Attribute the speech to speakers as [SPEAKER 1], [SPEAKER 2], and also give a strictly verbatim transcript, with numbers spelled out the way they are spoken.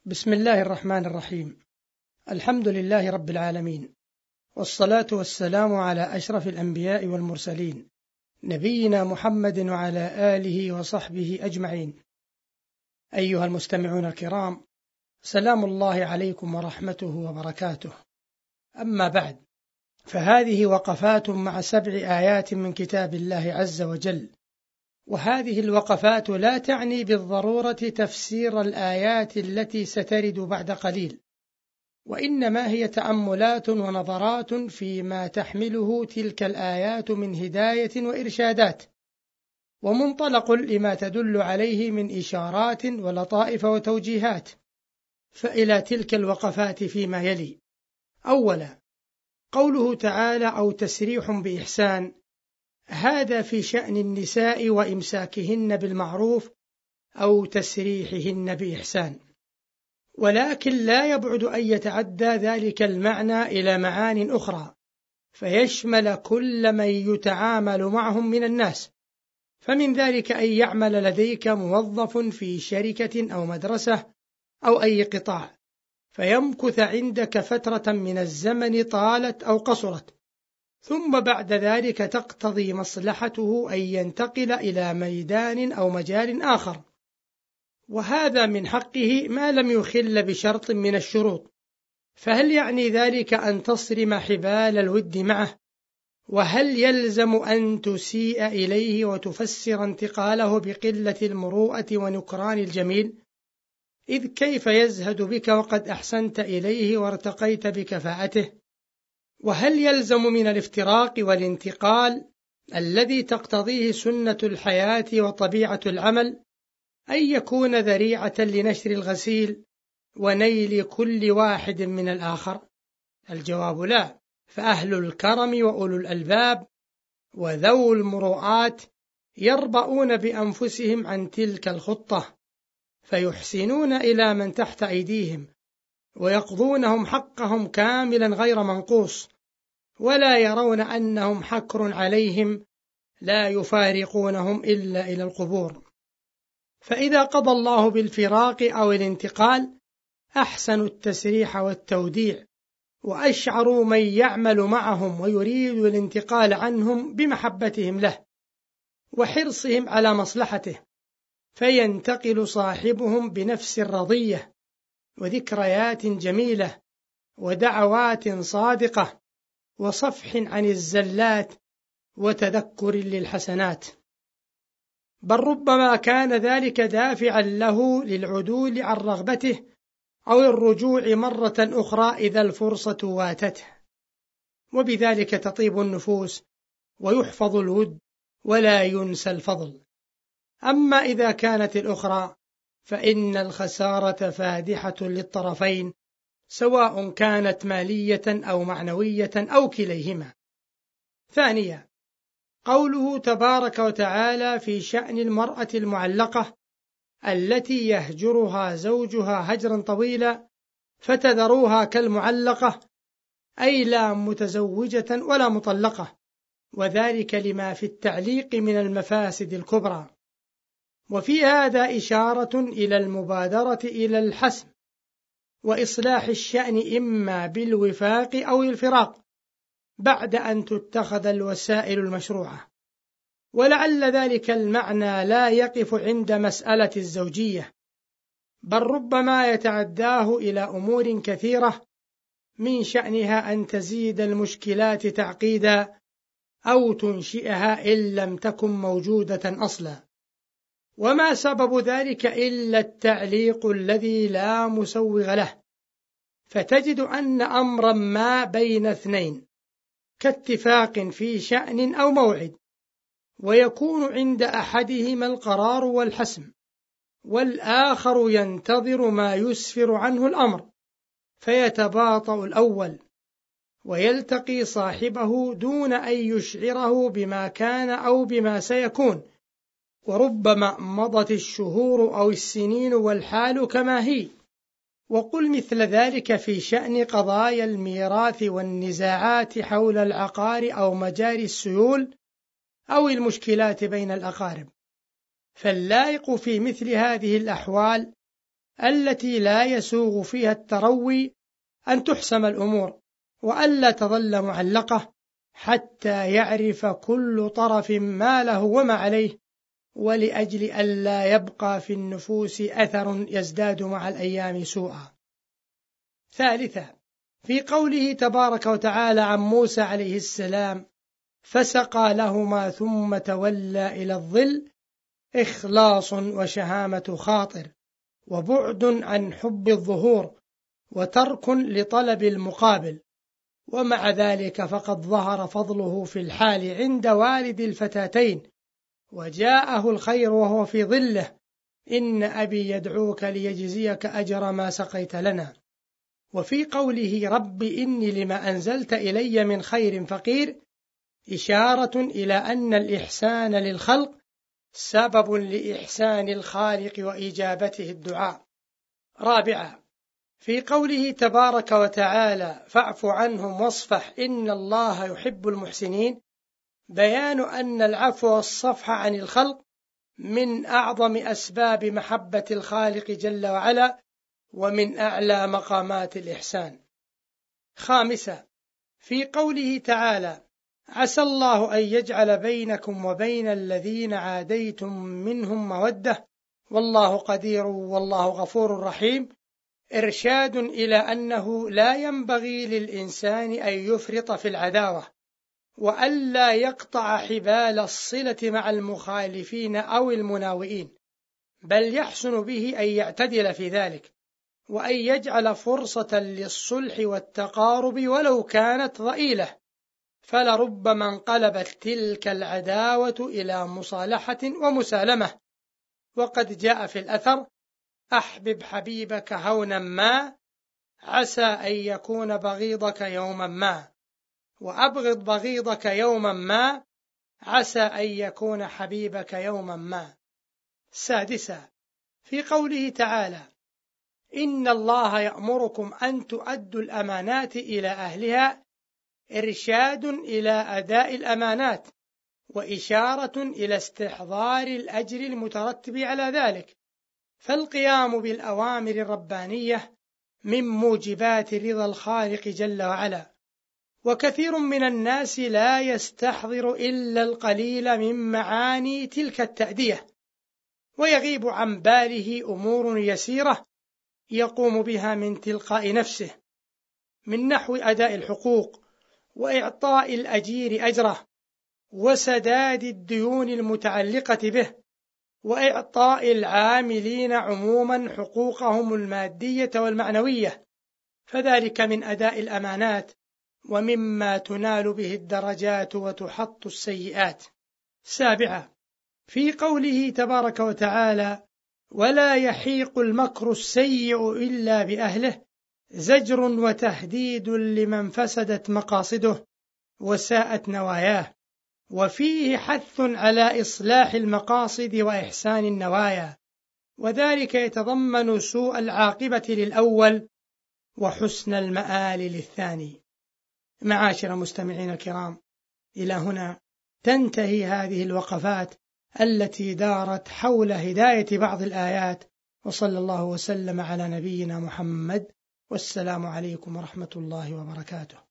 [SPEAKER 1] بسم الله الرحمن الرحيم. الحمد لله رب العالمين، والصلاة والسلام على أشرف الأنبياء والمرسلين، نبينا محمد وعلى آله وصحبه أجمعين. أيها المستمعون الكرام، سلام الله عليكم ورحمته وبركاته. أما بعد، فهذه وقفات مع سبع آيات من كتاب الله عز وجل، وهذه الوقفات لا تعني بالضرورة تفسير الآيات التي سترد بعد قليل، وإنما هي تأملات ونظرات فيما تحمله تلك الآيات من هداية وإرشادات، ومنطلق لما تدل عليه من إشارات ولطائف وتوجيهات. فإلى تلك الوقفات فيما يلي: أولا، قوله تعالى: أو تسريح بإحسان، هذا في شأن النساء وإمساكهن بالمعروف أو تسريحهن بإحسان، ولكن لا يبعد أن يتعدى ذلك المعنى إلى معان أخرى، فيشمل كل من يتعامل معهم من الناس، فمن ذلك أن يعمل لديك موظف في شركة أو مدرسة أو أي قطاع، فيمكث عندك فترة من الزمن طالت أو قصرت، ثم بعد ذلك تقتضي مصلحته أن ينتقل إلى ميدان أو مجال آخر، وهذا من حقه ما لم يخل بشرط من الشروط. فهل يعني ذلك أن تصرم حبال الود معه؟ وهل يلزم أن تسيء إليه وتفسر انتقاله بقلة المروءة ونكران الجميل؟ إذ كيف يزهد بك وقد أحسنت إليه وارتقيت بكفاءته؟ وهل يلزم من الافتراق والانتقال الذي تقتضيه سنة الحياة وطبيعة العمل أن يكون ذريعة لنشر الغسيل ونيل كل واحد من الآخر؟ الجواب لا، فأهل الكرم وأولو الألباب وذو المروءات يربؤون بأنفسهم عن تلك الخطة، فيحسنون إلى من تحت أيديهم ويقضونهم حقهم كاملا غير منقوص، ولا يرون أنهم حكر عليهم لا يفارقونهم إلا إلى القبور. فإذا قضى الله بالفراق أو الانتقال أحسنوا التسريح والتوديع، وأشعروا من يعمل معهم ويريد الانتقال عنهم بمحبتهم له وحرصهم على مصلحته، فينتقل صاحبهم بنفس رضية وذكريات جميلة ودعوات صادقة وصفح عن الزلات وتذكر للحسنات، بل ربما كان ذلك دافعا له للعدول عن رغبته أو الرجوع مرة أخرى إذا الفرصة واتته، وبذلك تطيب النفوس ويحفظ الود ولا ينسى الفضل. أما إذا كانت الأخرى فإن الخسارة فادحة للطرفين، سواء كانت مالية أو معنوية أو كليهما. ثانيا، قوله تبارك وتعالى في شأن المرأة المعلقة التي يهجرها زوجها هجرا طويلا فتذروها كالمعلقة، أي لا متزوجة ولا مطلقة، وذلك لما في التعليق من المفاسد الكبرى. وفي هذا إشارة إلى المبادرة إلى الحسم وإصلاح الشأن إما بالوفاق أو الفراق بعد أن تتخذ الوسائل المشروعة، ولعل ذلك المعنى لا يقف عند مسألة الزوجية، بل ربما يتعداه إلى أمور كثيرة من شأنها أن تزيد المشكلات تعقيدا أو تنشئها إن لم تكن موجودة أصلا. وما سبب ذلك إلا التعليق الذي لا مسوغ له، فتجد أن أمرا ما بين اثنين كاتفاق في شأن أو موعد، ويكون عند أحدهما القرار والحسم، والآخر ينتظر ما يسفر عنه الأمر، فيتباطأ الأول ويلتقي صاحبه دون أن يشعره بما كان أو بما سيكون، وربما مضت الشهور أو السنين والحال كما هي. وقل مثل ذلك في شأن قضايا الميراث والنزاعات حول العقار أو مجاري السيول أو المشكلات بين الأقارب. فاللائق في مثل هذه الأحوال التي لا يسوغ فيها التروي أن تحسم الأمور وألا تظل معلقة حتى يعرف كل طرف ما له وما عليه، ولأجل ألا يبقى في النفوس أثر يزداد مع الأيام سوءا. ثالثا، في قوله تبارك وتعالى عن موسى عليه السلام: فسقى لهما ثم تولى إلى الظل، إخلاص وشهامة خاطر، وبعد عن حب الظهور، وترك لطلب المقابل. ومع ذلك فقد ظهر فضله في الحال عند والد الفتاتين، وجاءه الخير وهو في ظله: إن أبي يدعوك ليجزيك أجر ما سقيت لنا. وفي قوله: رب إني لما أنزلت إلي من خير فقير، إشارة إلى أن الإحسان للخلق سبب لإحسان الخالق وإجابته الدعاء. رابعا، في قوله تبارك وتعالى: فاعف عنهم واصفح إن الله يحب المحسنين، بيان أن العفو والصفح عن الخلق من أعظم أسباب محبة الخالق جل وعلا، ومن أعلى مقامات الإحسان. خامسا، في قوله تعالى: عسى الله أن يجعل بينكم وبين الذين عاديتم منهم مودة والله قدير والله غفور رحيم، إرشاد إلى أنه لا ينبغي للإنسان أن يفرط في العداوة، وألا يقطع حبال الصلة مع المخالفين أو المناوئين، بل يحسن به أن يعتدل في ذلك، وأن يجعل فرصة للصلح والتقارب ولو كانت ضئيلة، فلربما انقلبت تلك العداوة إلى مصالحة ومسالمة. وقد جاء في الأثر: أحبب حبيبك هونا ما عسى أن يكون بغيضك يوما ما، وأبغض بغيضك يوما ما عسى أن يكون حبيبك يوما ما. سادسا، في قوله تعالى: إن الله يأمركم أن تؤدوا الأمانات إلى أهلها، إرشاد إلى أداء الأمانات، وإشارة إلى استحضار الأجر المترتب على ذلك، فالقيام بالأوامر الربانية من موجبات رضا الخالق جل وعلا. وكثير من الناس لا يستحضر إلا القليل من معاني تلك التأدية، ويغيب عن باله أمور يسيرة يقوم بها من تلقاء نفسه، من نحو أداء الحقوق، وإعطاء الأجير أجره، وسداد الديون المتعلقة به، وإعطاء العاملين عموما حقوقهم المادية والمعنوية، فذلك من أداء الأمانات، ومما تنال به الدرجات وتحط السيئات. سابعا، في قوله تبارك وتعالى: ولا يحيق المكر السيء إلا بأهله، زجر وتهديد لمن فسدت مقاصده وساءت نواياه، وفيه حث على إصلاح المقاصد وإحسان النوايا، وذلك يتضمن سوء العاقبة للأول وحسن المآل للثاني. معاشر مستمعين الكرام، إلى هنا تنتهي هذه الوقفات التي دارت حول هداية بعض الآيات، وصلى الله وسلم على نبينا محمد، والسلام عليكم ورحمة الله وبركاته.